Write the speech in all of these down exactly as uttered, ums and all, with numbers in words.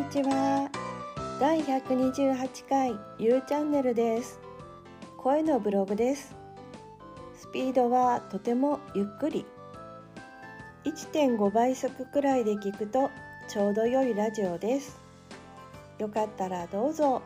ちは。だいひゃくにじゅうはちかい U チャンネルです。声のブログです。スピードはとてもゆっくり いってんご 倍速くらいで聞くとちょうど良いラジオです。よかったらどうぞ。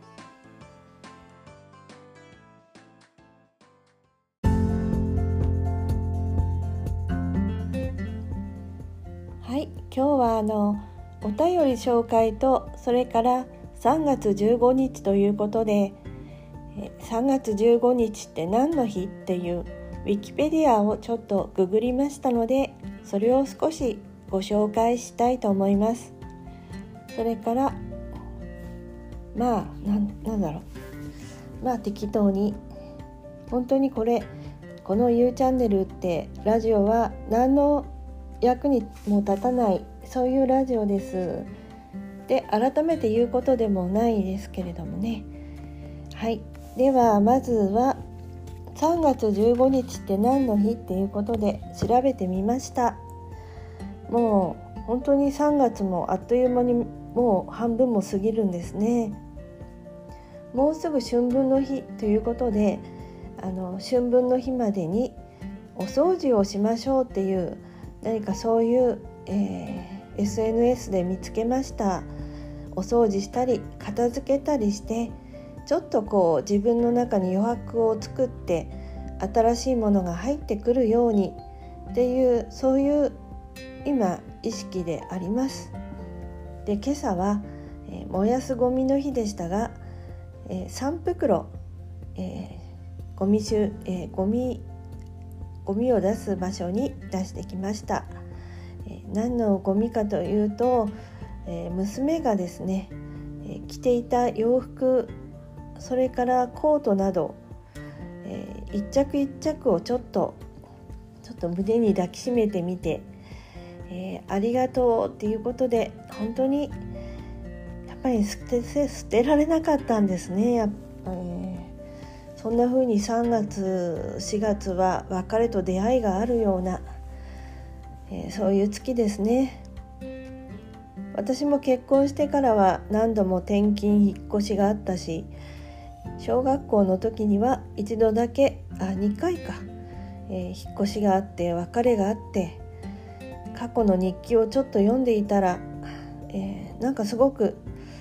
はい、今日はあのお便り紹介と、それからさんがつじゅうごにちということで、さんがつじゅうごにちって何の日っていうウィキペディアをちょっとググりましたので、それを少しご紹介したいと思います。それからまあな ん, なんだろうまあ適当に、本当にこれこの U チャンネルってラジオは何の役にも立たない、そういうラジオです。で、改めて言うことでもないですけれどもね。はい、ではまずはさんがつじゅうごにちって何の日っていうことで調べてみました。もう本当にさんがつもあっという間にもう半分も過ぎるんですね。もうすぐ春分の日ということで、あの春分の日までにお掃除をしましょうっていう、何かそういう、えー、エスエヌエス で見つけました。お掃除したり片付けたりして、ちょっとこう自分の中に余白を作って新しいものが入ってくるようにっていう、そういう今意識であります。で、今朝は、えー、燃やすゴミの日でしたが、えー、さんぶくろ、えー、ゴミしゅ、えー、ゴミゴミを出す場所に出してきました。えー、何のゴミかというと、えー、娘がですね、えー、着ていた洋服、それからコートなど、えー、一着一着をちょっとちょっと胸に抱きしめてみて、えー、ありがとうっていうことで、本当にやっぱり捨て捨てられなかったんですね。やっぱり、ね、そんな風にさんがつしがつは別れと出会いがあるような、えー、そういう月ですね。私も結婚してからは何度も転勤引っ越しがあったし、小学校の時には一度だけあにかいか、えー、引っ越しがあって別れがあって、過去の日記をちょっと読んでいたら、えー、なんかすごく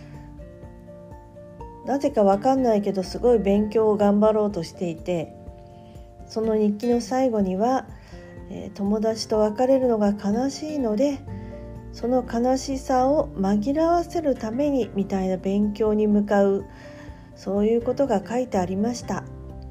なぜかわかんないけどすごい勉強を頑張ろうとしていて、その日記の最後には、えー、友達と別れるのが悲しいので、その悲しさを紛らわせるためにみたいな勉強に向かう、そういうことが書いてありました。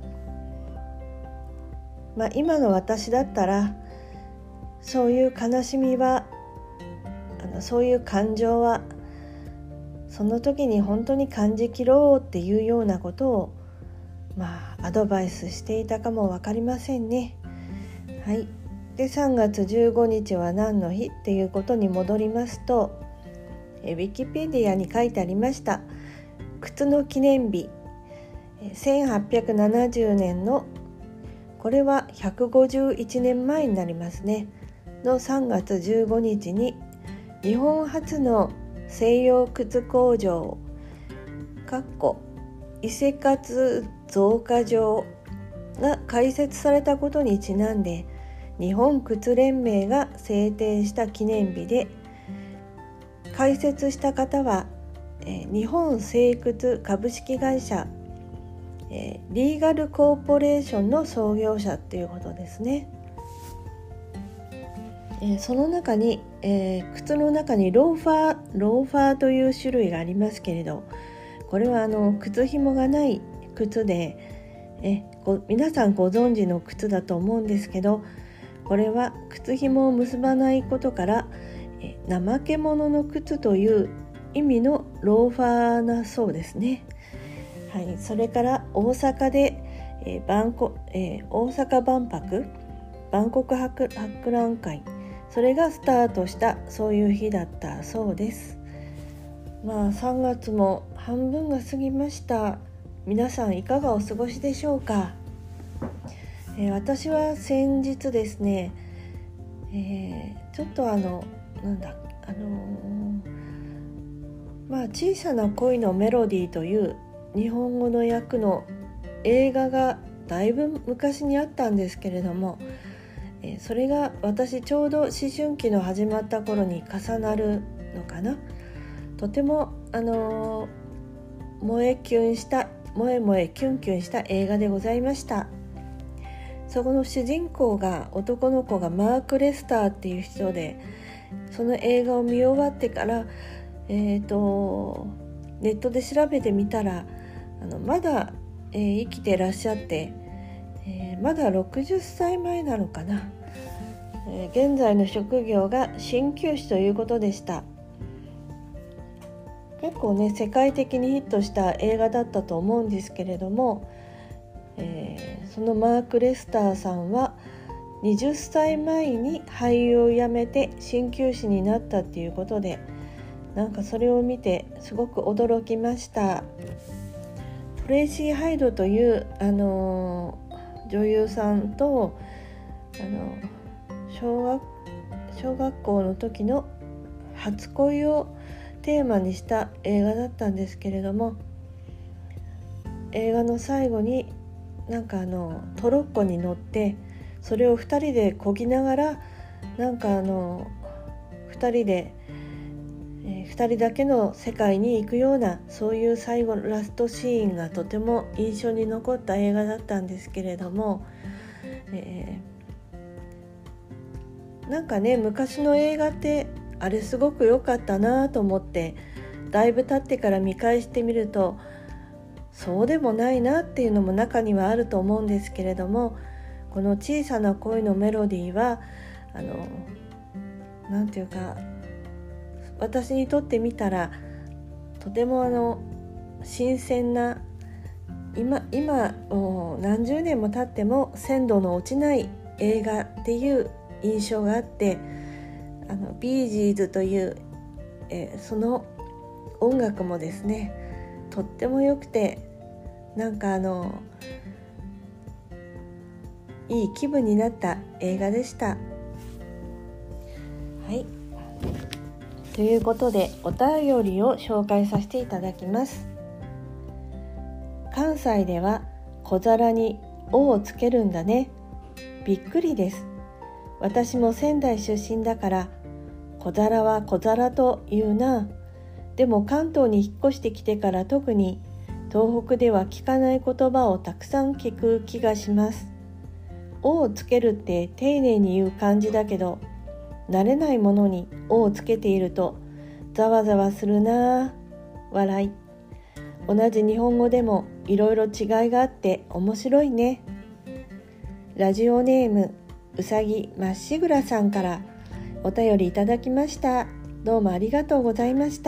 まあ、今の私だったらそういう悲しみは、あのそういう感情はその時に本当に感じきろうっていうようなことを、まあアドバイスしていたかも分かりませんね。はい。で、さんがつじゅうごにちは何の日っていうことに戻りますと、えウィキペディアに書いてありました。靴の記念日、せんはっぴゃくななじゅうねんの、これはひゃくごじゅういちねんまえになりますねのさんがつじゅうごにちに、日本初の西洋靴工場かっこ伊勢勝造花場が開設されたことにちなんで、日本靴連盟が制定した記念日で、開設した方は、えー、日本製靴株式会社、えー、リーガルコーポレーションの創業者ということですね。えー、その中に、えー、靴の中にローファーローファーという種類がありますけれど、これはあの靴紐がない靴で、えご皆さんご存知の靴だと思うんですけど、これは靴紐を結ばないことから、え怠け者の靴という意味のローファーなそうですね。はい、それから大阪で、えーバンコえー、大阪万博万国博博覧会、それがスタートした、そういう日だったそうです。まあさんがつも半分が過ぎました。皆さんいかがお過ごしでしょうか。えー、私は先日ですね、えー、ちょっとあのなんだあのーまあ、小さな恋のメロディーという日本語の訳の映画がだいぶ昔にあったんですけれども、えそれが私ちょうど思春期の始まった頃に重なるのかな。とてもあのー、萌えキュンした萌え萌えキュンキュンした映画でございました。そこの主人公が男の子がマーク・レスターっていう人で、その映画を見終わってからえーと、ネットで調べてみたらあのまだ、えー、生きてらっしゃって、えー、まだろくじゅっさいまえなのかな、えー、現在の職業が鍼灸師ということでした。結構ね世界的にヒットした映画だったと思うんですけれども、えー、そのマーク・レスターさんははたちまえに俳優を辞めて鍼灸師になったっていうことで、なんかそれを見てすごく驚きました。トレイシー・ハイドという、あのー、女優さんと、あの小学、小学校の時の初恋をテーマにした映画だったんですけれども、映画の最後になんかあのトロッコに乗ってそれをふたりで漕ぎながら、なんかあのふたりでふたりだけの世界に行くような、そういう最後のラストシーンがとても印象に残った映画だったんですけれども、えー、なんかね昔の映画ってあれすごく良かったなと思って、だいぶ経ってから見返してみるとそうでもないなっていうのも中にはあると思うんですけれども、この小さな恋のメロディーはあのなんていうか、私にとってみたらとてもあの新鮮な、今今何十年も経っても鮮度の落ちない映画っていう印象があって、あのビージーズという、えー、その音楽もですねとっても良くて、なんかあのいい気分になった映画でした。はい、ということでお便りを紹介させていただきます。関西では小皿に「お」をつけるんだね。びっくりです。私も仙台出身だから小皿は小皿と言うな。でも関東に引っ越してきてから特に東北では聞かない言葉をたくさん聞く気がします。おをつけるって丁寧に言う感じだけど、慣れないものにおをつけているとざわざわするなぁ。笑い。同じ日本語でもいろいろ違いがあって面白いね。ラジオネームうさぎまっしぐらさんからお便りいただきました。どうもありがとうございました。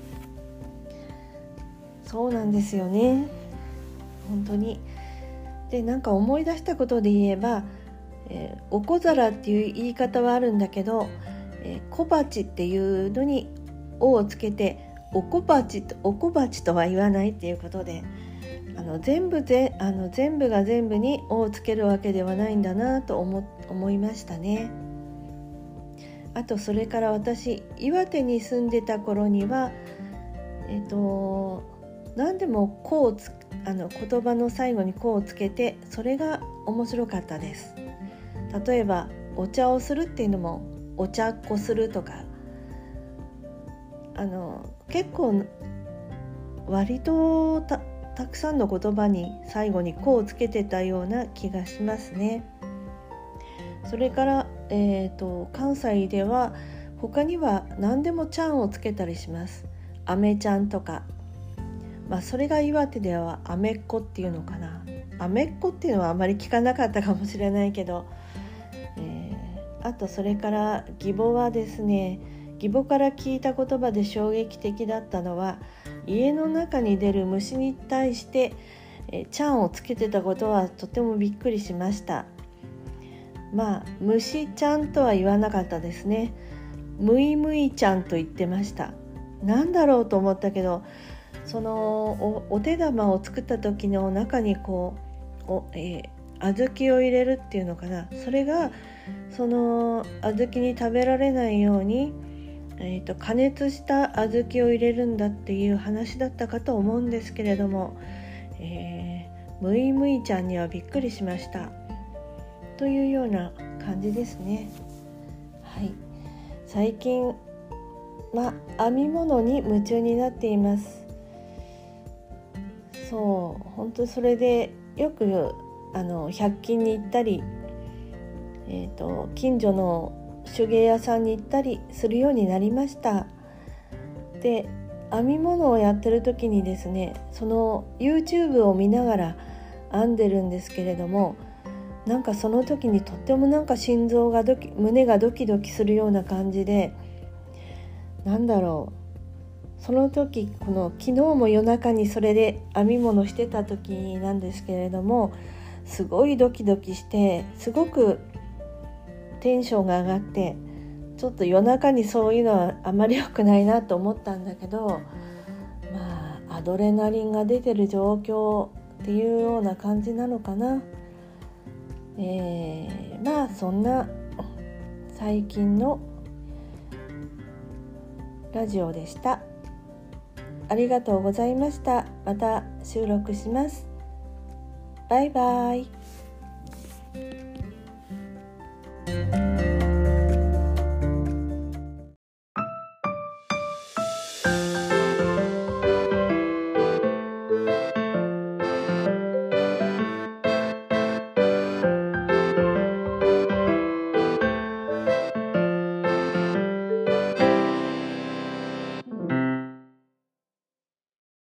そうなんですよね、本当に。で、なんか思い出したことで言えば、えー、お小皿っていう言い方はあるんだけど、えー、小鉢っていうのにおをつけてお小鉢とお小鉢とは言わないっていうことで、あの全部ぜあの全部が全部におをつけるわけではないんだなと 思, 思いましたね。あとそれから私岩手に住んでた頃にはえっ、ー、と何でもこうつあの言葉の最後にこうつけて、それが面白かったです。例えばお茶をするっていうのもお茶っこするとか、あの結構割と た, たくさんの言葉に最後にこうつけてたような気がしますね。それから、えーと、関西では他には何でもちゃんをつけたりします。あめちゃんとか、まあ、それが岩手ではアメッコっていうのかな。アメッコっていうのはあまり聞かなかったかもしれないけど、えー、あとそれから義母はですね、義母から聞いた言葉で衝撃的だったのは、家の中に出る虫に対して、えー、ちゃんをつけてたことはとてもびっくりしました。まあ虫ちゃんとは言わなかったですね。むいむいちゃんと言ってました。なんだろうと思ったけど、その お, お手玉を作った時の中にこうお、えー、小豆を入れるっていうのかな、それがその小豆に食べられないようにえーと、加熱した小豆を入れるんだっていう話だったかと思うんですけれども、えー、むいむいちゃんにはびっくりしましたというような感じですね。はい、最近、ま、編み物に夢中になっています。そう本当それでよくあのひゃく均に行ったり、えーと、近所の手芸屋さんに行ったりするようになりました。で、編み物をやってる時にですね、その YouTube を見ながら編んでるんですけれども、なんかその時にとってもなんか心臓がドキ胸がドキドキするような感じで、なんだろう、その時この昨日も夜中にそれで編み物してた時なんですけれども、すごいドキドキして、すごくテンションが上がって、ちょっと夜中にそういうのはあまり良くないなと思ったんだけど、まあアドレナリンが出てる状況っていうような感じなのかな。えー、まあそんな最近のラジオでした。ありがとうございました。また収録します。バイバイ。